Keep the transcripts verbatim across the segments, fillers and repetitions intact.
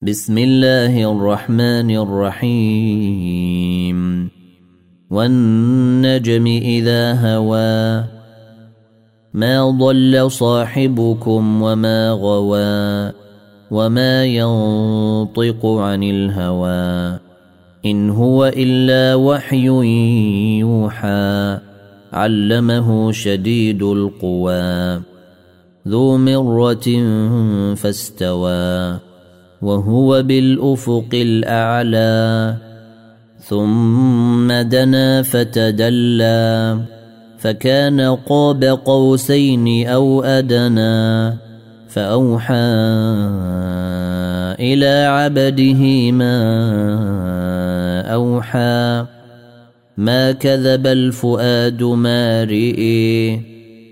بسم الله الرحمن الرحيم والنجم إذا هوى ما ضل صاحبكم وما غوى وما ينطق عن الهوى إن هو إلا وحي يوحى علمه شديد القوى ذو مرة فاستوى وهو بالأفق الأعلى ثم دنا فتدلى فكان قاب قوسين أو أدنى فأوحى إلى عبده ما أوحى ما كذب الفؤاد ما رئي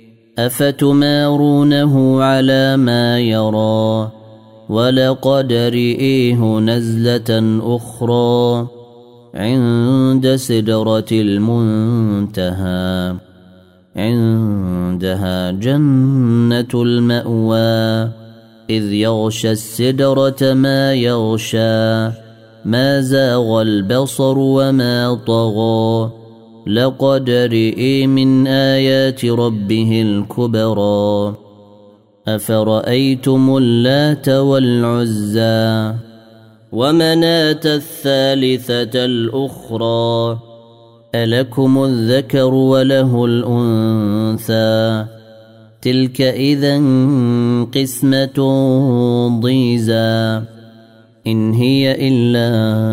أفتمارونه على ما يرى ولقد رئيه نزلة أخرى عند سدرة المنتهى عندها جنة المأوى إذ يغشى السدرة ما يغشى ما زاغ البصر وما طغى لقد رئي من آيات ربه الكبرى أفرأيتم اللات والعزى ومناة الثالثة الأخرى ألكم الذكر وله الأنثى تلك إذا قسمة ضيزى إن هي إلا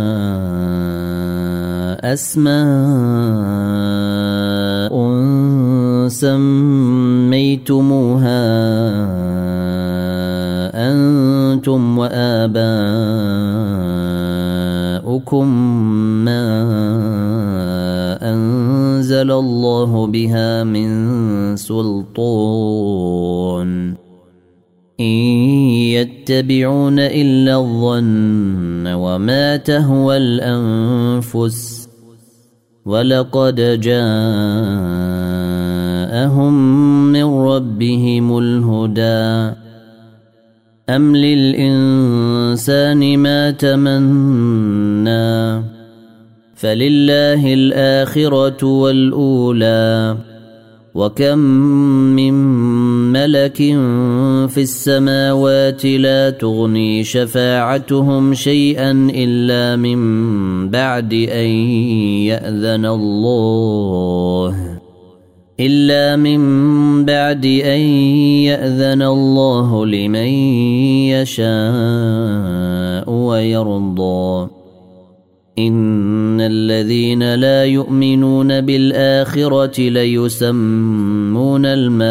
أسماء سميتموها أنتم وآباؤكم ما أنزل الله بها من سلطان إن يتبعون إلا الظن وما تهوى الأنفس ولقد جاءهم من ربهم الهدى أم للإنسان ما تمنى فلله الآخرة والأولى وكم من ملك في السماوات لا تغني شفاعتهم شيئا إلا من بعد أن يأذن الله إلا من بعد أن يأذن الله لمن يشاء ويرضى إن الذين لا يؤمنون بالآخرة ليسمون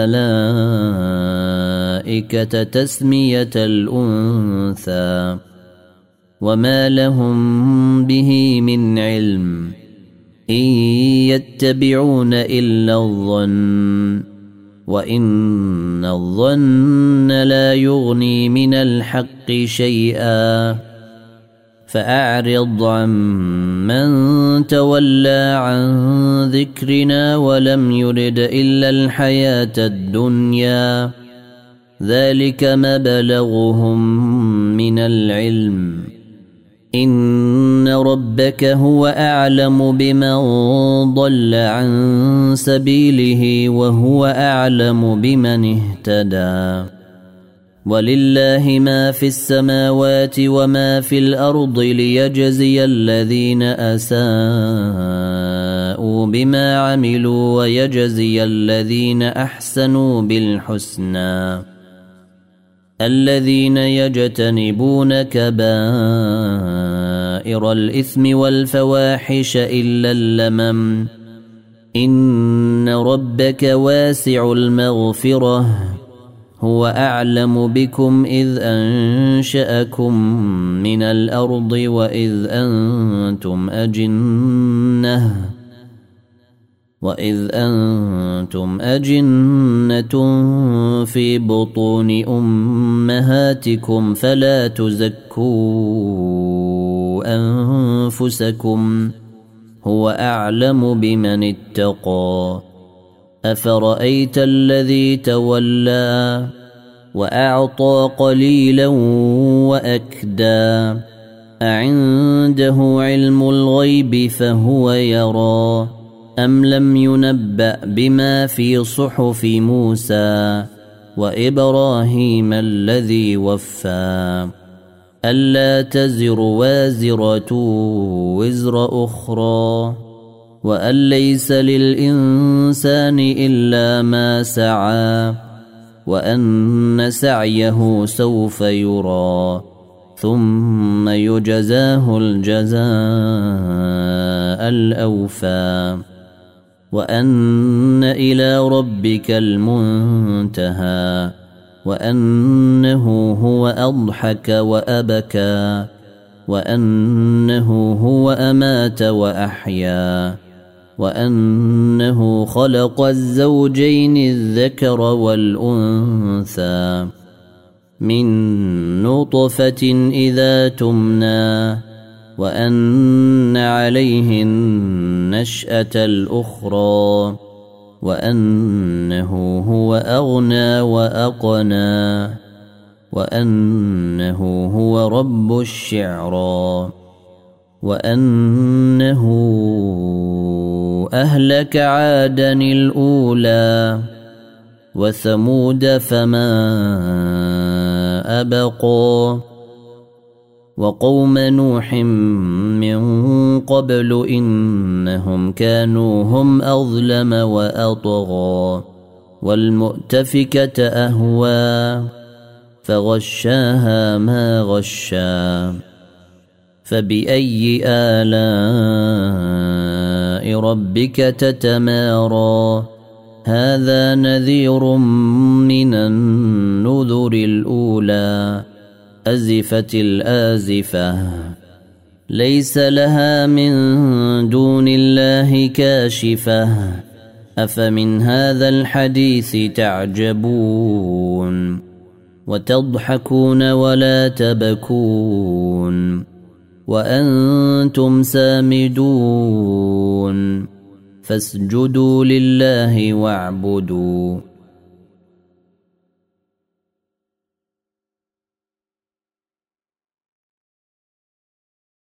الملائكة تسمية الأنثى وما لهم به من علم إن يتبعون إلا الظن وإن الظن لا يغني من الحق شيئا فأعرض عن من تولى عن ذكرنا ولم يرد إلا الحياة الدنيا ذلك مبلغهم من العلم إن ربك هو أعلم بمن ضل عن سبيله وهو أعلم بمن اهتدى ولله ما في السماوات وما في الأرض ليجزي الذين أساءوا بما عملوا ويجزي الذين أحسنوا بالحسنى الذين يجتنبون كبائر الإثم والفواحش إلا اللمم إن ربك واسع المغفرة هو أعلم بكم إذ أنشأكم من الأرض وإذ أنتم أجنة وإذ أنتم أجنة في بطون أمهاتكم فلا تزكوا أنفسكم هو أعلم بمن اتقى أفرأيت الذي تولى وأعطى قليلا وأكدى أعنده علم الغيب فهو يرى أم لم ينبأ بما في صحف موسى وإبراهيم الذي وفى ألا تزر وازرة وزر أخرى وأن ليس للإنسان إلا ما سعى وأن سعيه سوف يرى ثم يجزاه الجزاء الأوفى وأن إلى ربك المنتهى وأنه هو أضحك وأبكى وأنه هو أمات وأحيا وأنه خلق الزوجين الذكر والأنثى من نطفة إذا تمنى وأن عليه النشأة الأخرى وأنه هو أغنى وأقنى وأنه هو رب الشعرى وأنه أهلك عادا الأولى وثمود فما أبقى وقوم نوح من قبل إنهم كانوا هم أظلم وأطغى والمؤتفكة أهوى فغشاها ما غشا فبأي آلاء ربك تتمارى هذا نذير من النذر الأولى أزفت الآزفة ليس لها من دون الله كاشفة أفمن هذا الحديث تعجبون وتضحكون ولا تبكون وأنتم سامدون فاسجدوا لله واعبدوا